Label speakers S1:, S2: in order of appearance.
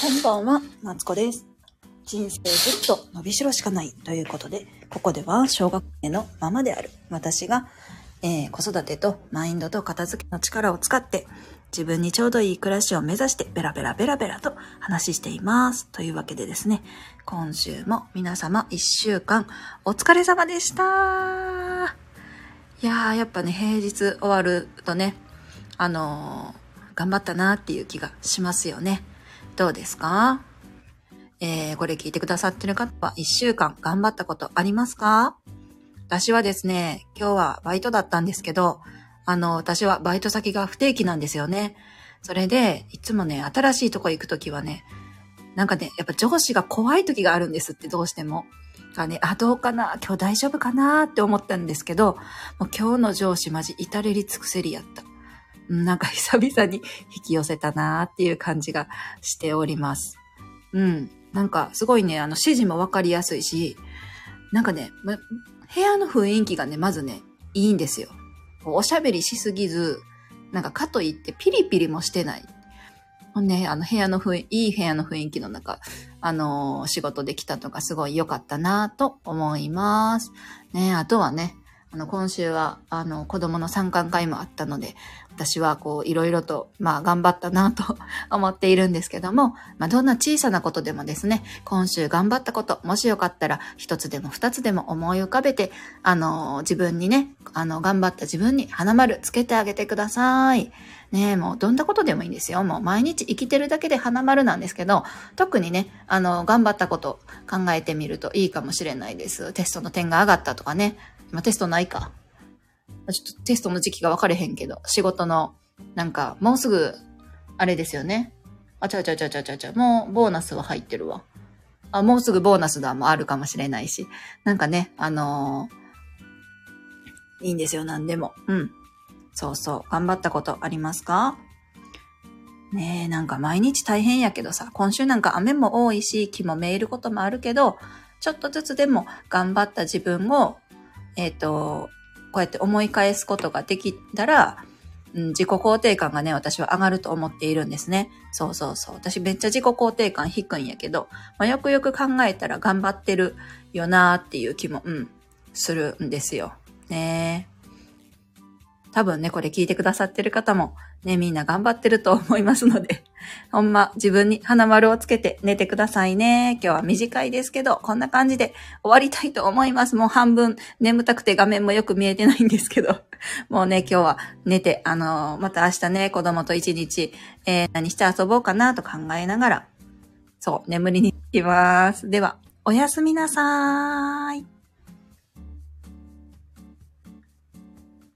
S1: んばんは、マツコです。人生ずっと伸びしろしかないということで、ここでは小学生のママである私が、子育てとマインドと片付けの力を使って自分にちょうどいい暮らしを目指してベラベラと話しています。というわけでですね、今週も皆様1週間お疲れ様でした。いやー、やっぱね、平日終わるとね、頑張ったなっていう気がしますよね。どうですか？これ聞いてくださってる方は1週間頑張ったことありますか？私はですね、今日はバイトだったんですけど、私はバイト先が不定期なんですよね。それで、いつもね、新しいとこ行くときはね、なんかね、やっぱ上司が怖いときがあるんですって、どうしても。どうかな、今日大丈夫かなって思ったんですけど、もう今日の上司マジ至れり尽くせりやった。なんか久々に引き寄せたなーっていう感じがしております。なんかすごいね、指示もわかりやすいし、なんかね、部屋の雰囲気がね、まずね、いいんですよ。おしゃべりしすぎず、なんかかといってピリピリもしてない。ね、いい部屋の雰囲気の中、仕事できたのがすごい良かったなと思います。ね、あとはね、今週は、子供の参観会もあったので、私はこう、いろいろと、頑張ったなと思っているんですけども、どんな小さなことでもですね、今週頑張ったこと、もしよかったら、一つでも二つでも思い浮かべて、自分にね、頑張った自分に花丸つけてあげてください。ね、もうどんなことでもいいんですよ。もう毎日生きてるだけで花丸なんですけど、特にね、頑張ったこと考えてみるといいかもしれないです。テストの点が上がったとかね。テストないか。ちょっとテストの時期が分かれへんけど、仕事の、なんか、もうすぐ、あれですよね。もうボーナスは入ってるわ。もうすぐボーナスだもあるかもしれないし。なんかね、いいんですよ、なんでも。そうそう。頑張ったことありますか？ねえ、なんか毎日大変やけどさ、今週なんか雨も多いし、気もめいることもあるけど、ちょっとずつでも頑張った自分を、こうやって思い返すことができたら、自己肯定感がね、私は上がると思っているんですね。そう。私めっちゃ自己肯定感低いんやけど、よくよく考えたら頑張ってるよなーっていう気も、するんですよ。ねえ。多分ね、これ聞いてくださってる方もね、みんな頑張ってると思いますので、ほんま自分に花丸をつけて寝てくださいね。今日は短いですけど、こんな感じで終わりたいと思います。もう半分眠たくて画面もよく見えてないんですけど、もうね、今日は寝て、また明日ね、子供と一日、何して遊ぼうかなと考えながら、そう、眠りに行きます。では、おやすみなさーい。